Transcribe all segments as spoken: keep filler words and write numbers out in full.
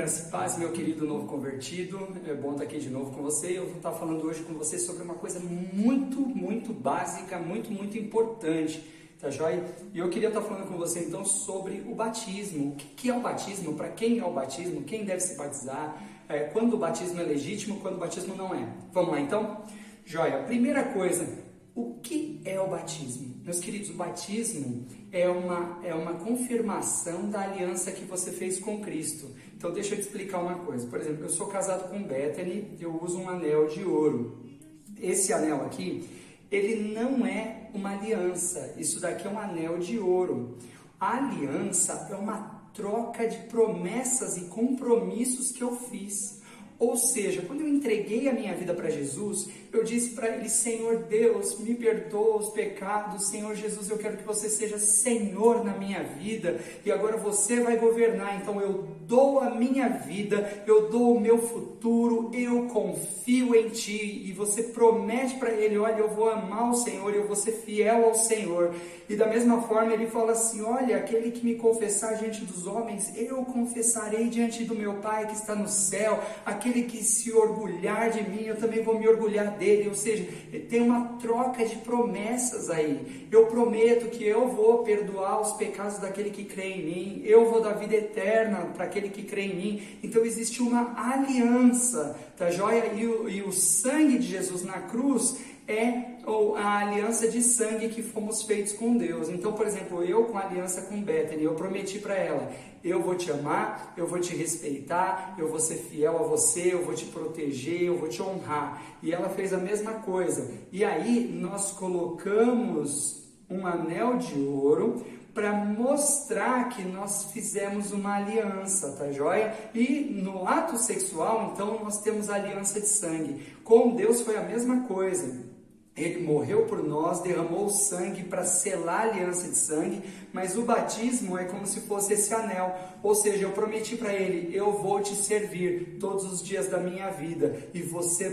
graça e paz, meu querido novo convertido. É bom estar aqui de novo com você. Eu vou estar falando hoje com você sobre uma coisa muito, muito básica, muito, muito importante, tá joia? E eu queria estar falando com você então sobre o batismo. O que é o batismo? Para quem é o batismo? Quem deve se batizar? É, quando o batismo é legítimo, quando o batismo não é? Vamos lá então? Joia, primeira coisa, o que é o batismo? Meus queridos, o batismo é uma, é uma confirmação da aliança que você fez com Cristo. Então deixa eu te explicar uma coisa. Por exemplo, eu sou casado com Bethany, eu uso um anel de ouro. Esse anel aqui, ele não é uma aliança, isso daqui é um anel de ouro. A aliança é uma troca de promessas e compromissos que eu fiz. Ou seja, quando eu entreguei a minha vida para Jesus, eu disse para Ele: Senhor Deus, me perdoa os pecados, Senhor Jesus, eu quero que você seja Senhor na minha vida, e agora você vai governar, então eu dou a minha vida, eu dou o meu futuro, eu confio em Ti, e você promete para Ele: olha, eu vou amar o Senhor, eu vou ser fiel ao Senhor. E da mesma forma Ele fala assim: olha, aquele que me confessar diante dos homens, eu confessarei diante do meu Pai que está no céu. Aquele que se orgulhar de mim, eu também vou me orgulhar dele. Ou seja, tem uma troca de promessas aí. Eu prometo que eu vou perdoar os pecados daquele que crê em mim, eu vou dar vida eterna para aquele que crê em mim. Então existe uma aliança, tá joia? E o, e o sangue de Jesus na cruz é a aliança de sangue que fomos feitos com Deus. Então, por exemplo, eu com a aliança com Bethany, eu prometi para ela: eu vou te amar, eu vou te respeitar, eu vou ser fiel a você, eu vou te proteger, eu vou te honrar. E ela fez a mesma coisa. E aí nós colocamos um anel de ouro para mostrar que nós fizemos uma aliança, tá joia? E no ato sexual, então, nós temos a aliança de sangue. Com Deus foi a mesma coisa. Ele morreu por nós, derramou o sangue para selar a aliança de sangue, mas o batismo é como se fosse esse anel. Ou seja, eu prometi para ele: eu vou te servir todos os dias da minha vida. E você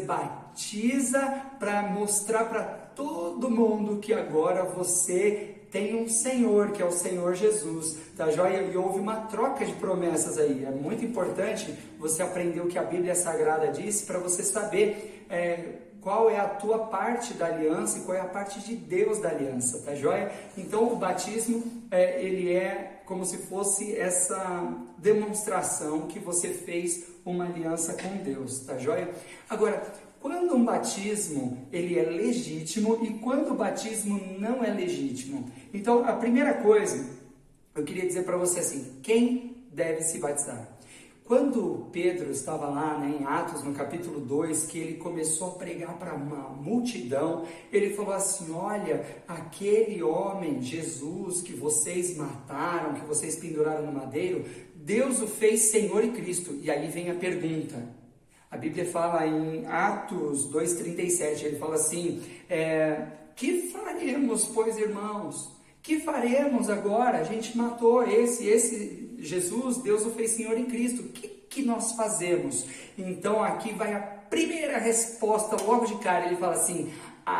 batiza para mostrar para todo mundo que agora você tem um Senhor, que é o Senhor Jesus, tá joia? E houve uma troca de promessas aí. É muito importante você aprender o que a Bíblia Sagrada diz, para você saber é, qual é a tua parte da aliança e qual é a parte de Deus da aliança, tá joia? Então o batismo, é, ele é como se fosse essa demonstração que você fez uma aliança com Deus, tá joia? Agora, quando um batismo ele é legítimo e quando o batismo não é legítimo? Então, a primeira coisa, eu queria dizer para você assim: quem deve se batizar? Quando Pedro estava lá, né, em Atos, no capítulo dois, que ele começou a pregar para uma multidão, ele falou assim: olha, aquele homem, Jesus, que vocês mataram, que vocês penduraram no madeiro, Deus o fez Senhor e Cristo. E aí vem a pergunta. A Bíblia fala em Atos dois, trinta e sete, ele fala assim: é, que faremos, pois, irmãos? Que faremos agora? A gente matou esse, esse Jesus, Deus o fez Senhor em Cristo. O que, que nós fazemos? Então aqui vai a primeira resposta logo de cara. Ele fala assim: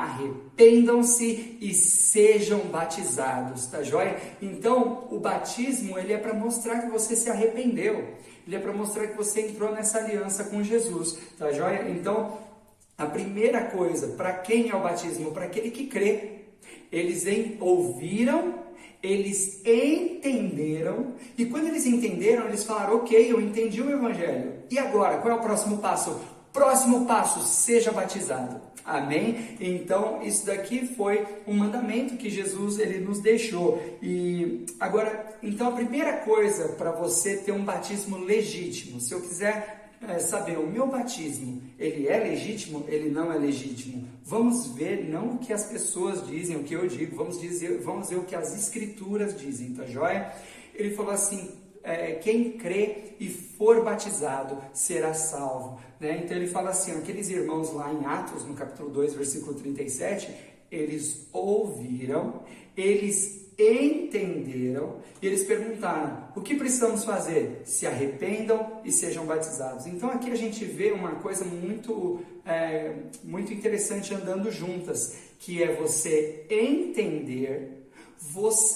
arrependam-se e sejam batizados, tá joia? Então o batismo ele é para mostrar que você se arrependeu. Ele é para mostrar que você entrou nessa aliança com Jesus, tá joia? Então, a primeira coisa, para quem é o batismo? Para aquele que crê. Eles em, ouviram, eles entenderam, e quando eles entenderam, eles falaram: ok, eu entendi o Evangelho. E agora, qual é o próximo passo? Próximo passo, seja batizado. Amém? Então, isso daqui foi um mandamento que Jesus ele nos deixou. E agora, então a primeira coisa para você ter um batismo legítimo, se eu quiser é, saber o meu batismo, ele é legítimo, ele não é legítimo, vamos ver não o que as pessoas dizem, o que eu digo, vamos, dizer, vamos ver o que as escrituras dizem, tá joia? Ele falou assim: É, quem crê e for batizado será salvo, né? Então ele fala assim, aqueles irmãos lá em Atos, no capítulo dois, versículo trinta e sete, eles ouviram, eles entenderam e eles perguntaram: o que precisamos fazer? Se arrependam e sejam batizados. Então aqui a gente vê uma coisa muito, é, muito interessante andando juntas, que é você entender, você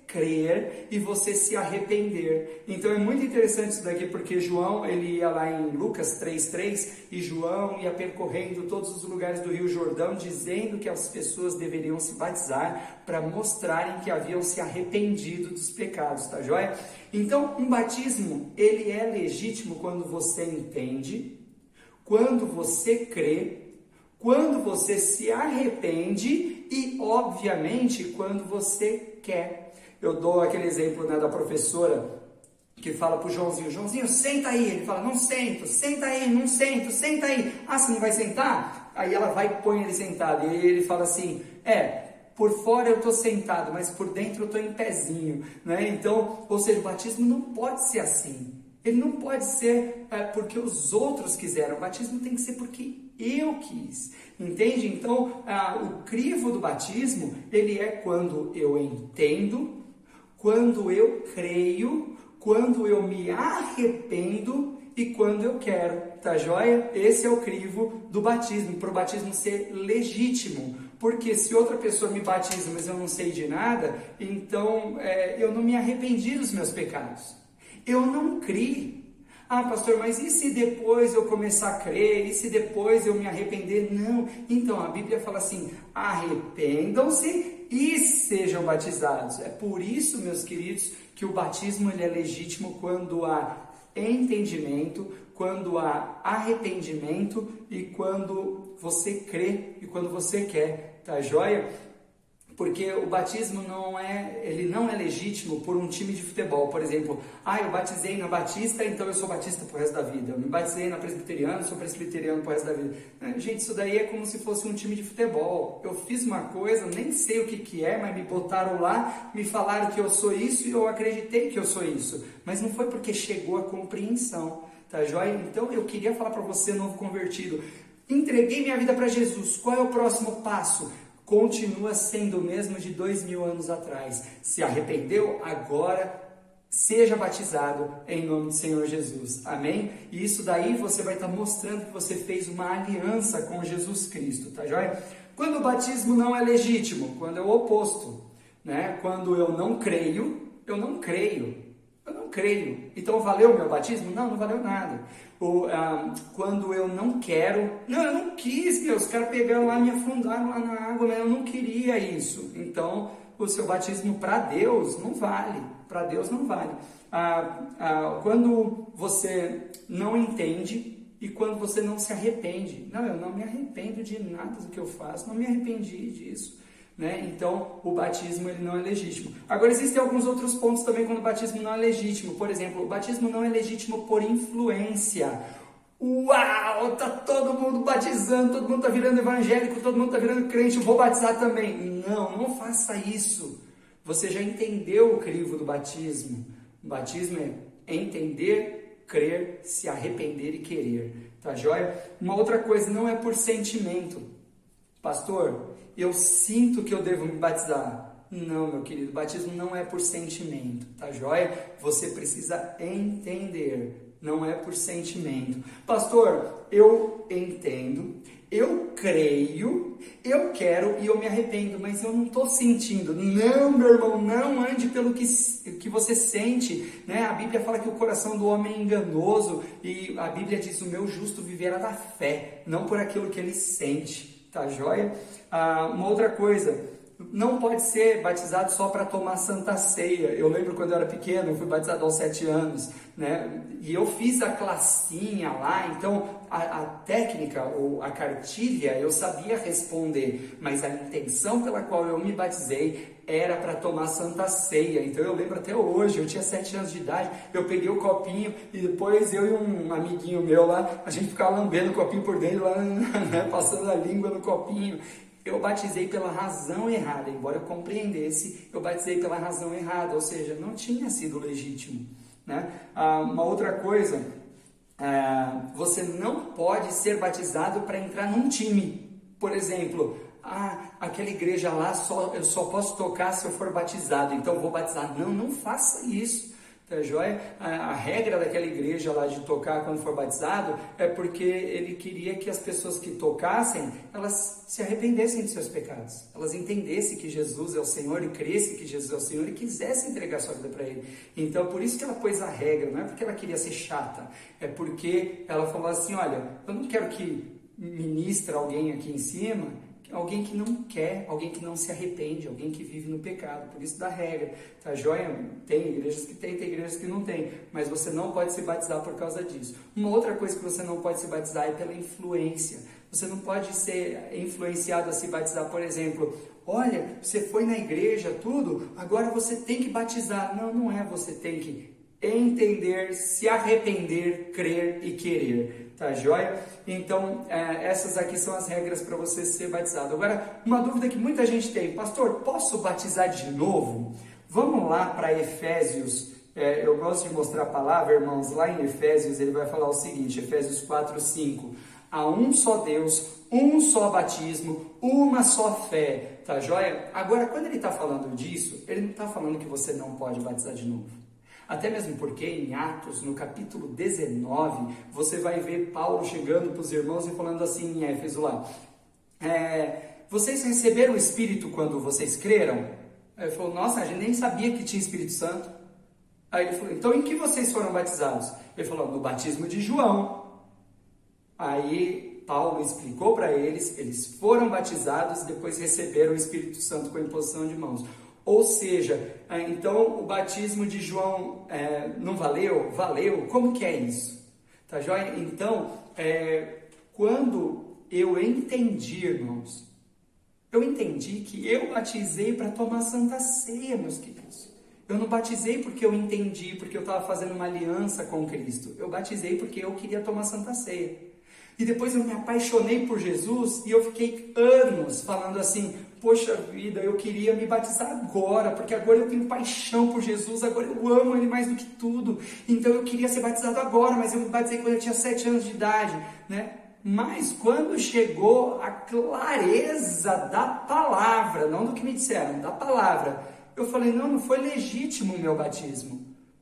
crer e você se arrepender. Então é muito interessante isso daqui, porque João, ele ia lá em Lucas três, três, e João ia percorrendo todos os lugares do Rio Jordão, dizendo que as pessoas deveriam se batizar para mostrarem que haviam se arrependido dos pecados, tá joia? Então, um batismo, ele é legítimo quando você entende, quando você crê, quando você se arrepende e, obviamente, quando você quer. Eu dou aquele exemplo, né, da professora que fala pro Joãozinho, Joãozinho, senta aí. Ele fala, não sento, senta aí, não sento, senta aí. Ah, você não vai sentar? Aí ela vai e põe ele sentado. E ele fala assim, é, por fora eu estou sentado, mas por dentro eu estou em pezinho. Né? Então, ou seja, o batismo não pode ser assim. Ele não pode ser é, porque os outros quiseram. O batismo tem que ser porque eu quis. Entende? Então, ah, o crivo do batismo, ele é quando eu entendo, quando eu creio, quando eu me arrependo e quando eu quero, tá joia? Esse é o crivo do batismo, para o batismo ser legítimo. Porque se outra pessoa me batiza, mas eu não sei de nada, então é, eu não me arrependi dos meus pecados. Eu não criei. Ah, pastor, mas e se depois eu começar a crer? E se depois eu me arrepender? Não. Então, a Bíblia fala assim, arrependam-se e sejam batizados. É por isso, meus queridos, que o batismo ele é legítimo quando há entendimento, quando há arrependimento e quando você crê e quando você quer, tá joia? Porque o batismo não é, ele não é legítimo por um time de futebol, por exemplo, ah, eu batizei na Batista, então eu sou batista pro resto da vida, eu me batizei na Presbiteriana, sou presbiteriano pro resto da vida. Gente, isso daí é como se fosse um time de futebol, eu fiz uma coisa, nem sei o que que é, mas me botaram lá, me falaram que eu sou isso e eu acreditei que eu sou isso, mas não foi porque chegou a compreensão, tá joia? Então eu queria falar para você, novo convertido, entreguei minha vida para Jesus, qual é o próximo passo? Continua sendo o mesmo de dois mil anos atrás. Se arrependeu? Agora seja batizado em nome do Senhor Jesus. Amém? E isso daí você vai estar mostrando que você fez uma aliança com Jesus Cristo, tá joia? Quando o batismo não é legítimo, quando é o oposto, né? Quando eu não creio, eu não creio. Eu não creio. Então valeu o meu batismo? Não, não valeu nada. Ou, ah, quando eu não quero, não, eu não quis, meu, os caras pegaram lá, me afundaram lá na água, mas eu não queria isso. Então, o seu batismo para Deus não vale, para Deus não vale. Ah, ah, quando você não entende e quando você não se arrepende, não, eu não me arrependo de nada do que eu faço, não me arrependi disso. Né? Então, o batismo ele não é legítimo. Agora, existem alguns outros pontos também quando o batismo não é legítimo. Por exemplo, o batismo não é legítimo por influência. Uau, tá todo mundo batizando, todo mundo tá virando evangélico, todo mundo tá virando crente, eu vou batizar também. Não, não faça isso. Você já entendeu o crivo do batismo. O batismo é entender, crer, se arrepender e querer. Tá joia? Uma outra coisa, não é por sentimento. Pastor, eu sinto que eu devo me batizar. Não, meu querido, batismo não é por sentimento, tá joia? Você precisa entender, não é por sentimento. Pastor, eu entendo, eu creio, eu quero e eu me arrependo, mas eu não estou sentindo. Não, meu irmão, não ande pelo que, que você sente, né? A Bíblia fala que o coração do homem é enganoso e a Bíblia diz, o meu justo viverá da fé, não por aquilo que ele sente. Tá joia? Ah, uma outra coisa, não pode ser batizado só para tomar santa ceia. Eu lembro quando eu era pequeno, eu fui batizado aos sete anos, né? E eu fiz a classinha lá, então a, a técnica ou a cartilha eu sabia responder, mas a intenção pela qual eu me batizei era para tomar santa ceia. Então eu lembro até hoje, eu tinha sete anos de idade, eu peguei o copinho e depois eu e um amiguinho meu lá, a gente ficava lambendo o copinho por dentro, lá, né, passando a língua no copinho. Eu batizei pela razão errada, embora eu compreendesse, eu batizei pela razão errada, ou seja, não tinha sido legítimo. Né? Ah, uma outra coisa, ah, você não pode ser batizado para entrar num time. Por exemplo, ah, aquela igreja lá, só, eu só posso tocar se eu for batizado, então eu vou batizar. Não, não faça isso. Tá joia? A, a regra daquela igreja lá de tocar quando for batizado é porque ele queria que as pessoas que tocassem, elas se arrependessem de seus pecados. Elas entendessem que Jesus é o Senhor e crescem que Jesus é o Senhor e quisessem entregar sua vida para Ele. Então, por isso que ela pôs a regra, não é porque ela queria ser chata, é porque ela falou assim, olha, eu não quero que ministra alguém aqui em cima, alguém que não quer, alguém que não se arrepende, alguém que vive no pecado, por isso dá regra, tá joia? Tem igrejas que tem, tem igrejas que não tem, mas você não pode se batizar por causa disso. Uma outra coisa que você não pode se batizar é pela influência, você não pode ser influenciado a se batizar, por exemplo, olha, você foi na igreja, tudo, agora você tem que batizar. Não, não é, você tem que entender, se arrepender, crer e querer. Tá joia? Então, é, essas aqui são as regras para você ser batizado. Agora, uma dúvida que muita gente tem, pastor, posso batizar de novo? Vamos lá para Efésios, é, eu gosto de mostrar a palavra, irmãos, lá em Efésios ele vai falar o seguinte, Efésios quatro, cinco, há um só Deus, um só batismo, uma só fé, tá joia? Agora, quando ele está falando disso, ele não está falando que você não pode batizar de novo. Até mesmo porque em Atos, no capítulo dezenove, você vai ver Paulo chegando para os irmãos e falando assim em Éfeso lá, é, vocês receberam o Espírito quando vocês creram? Aí ele falou, nossa, a gente nem sabia que tinha Espírito Santo. Aí ele falou, então em que vocês foram batizados? Ele falou, no batismo de João. Aí Paulo explicou para eles, eles foram batizados e depois receberam o Espírito Santo com a imposição de mãos. Ou seja, então o batismo de João é, não valeu? Valeu? Como que é isso? Tá joia? Então, é, quando eu entendi, irmãos, eu entendi que eu batizei para tomar Santa Ceia, meus queridos. Eu não batizei porque eu entendi, porque eu estava fazendo uma aliança com Cristo. Eu batizei porque eu queria tomar Santa Ceia. E depois eu me apaixonei por Jesus e eu fiquei anos falando assim, poxa vida, eu queria me batizar agora, porque agora eu tenho paixão por Jesus, agora eu amo Ele mais do que tudo. Então eu queria ser batizado agora, mas eu me batizei quando eu tinha sete anos de idade, né? Mas quando chegou a clareza da palavra, não do que me disseram, da palavra, eu falei, não, não foi legítimo o meu batismo.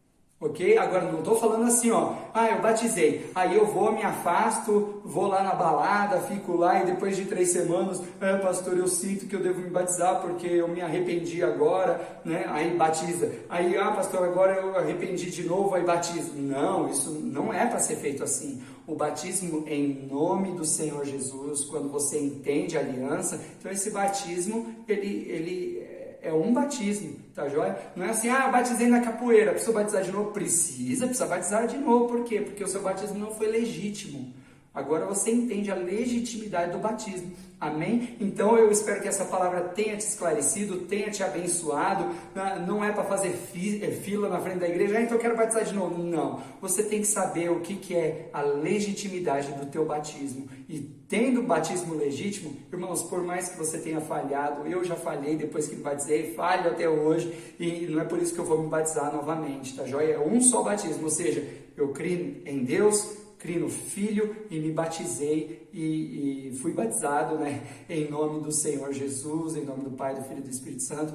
Ok? Agora não estou falando assim, ó, ah, eu batizei, aí eu vou, me afasto, vou lá na balada, fico lá e depois de três semanas, ah, pastor, eu sinto que eu devo me batizar porque eu me arrependi agora, né? Aí batiza. Aí, ah, pastor, agora eu arrependi de novo, aí batiza. Não, isso não é para ser feito assim. O batismo em nome do Senhor Jesus, quando você entende a aliança, então esse batismo, ele, ele é um batismo, tá joia? Não é assim, ah, batizei na capoeira, preciso batizar de novo? Precisa, precisa batizar de novo. Por quê? Porque o seu batismo não foi legítimo. Agora você entende a legitimidade do batismo. Amém? Então eu espero que essa palavra tenha te esclarecido, tenha te abençoado. Não é para fazer fila na frente da igreja, ah, então eu quero batizar de novo. Não. Você tem que saber o que, que é a legitimidade do teu batismo. E tendo batismo legítimo, irmãos, por mais que você tenha falhado, eu já falhei depois que me batizei, falho até hoje, e não é por isso que eu vou me batizar novamente, tá joia? É um só batismo, ou seja, eu creio em Deus, criei no Filho e me batizei e, e fui batizado, né, em nome do Senhor Jesus, em nome do Pai, do Filho e do Espírito Santo,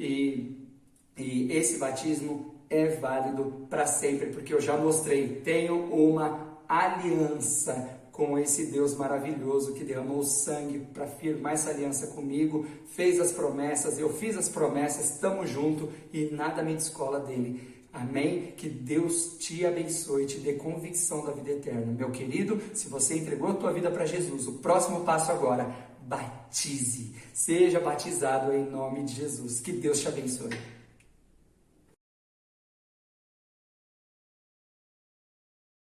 e, e esse batismo é válido para sempre, porque eu já mostrei, tenho uma aliança com esse Deus maravilhoso que derramou sangue para firmar essa aliança comigo, fez as promessas, eu fiz as promessas, estamos juntos e nada me descola dele. Amém? Que Deus te abençoe, te dê convicção da vida eterna. Meu querido, se você entregou a tua vida para Jesus, o próximo passo agora, batize. Seja batizado em nome de Jesus. Que Deus te abençoe.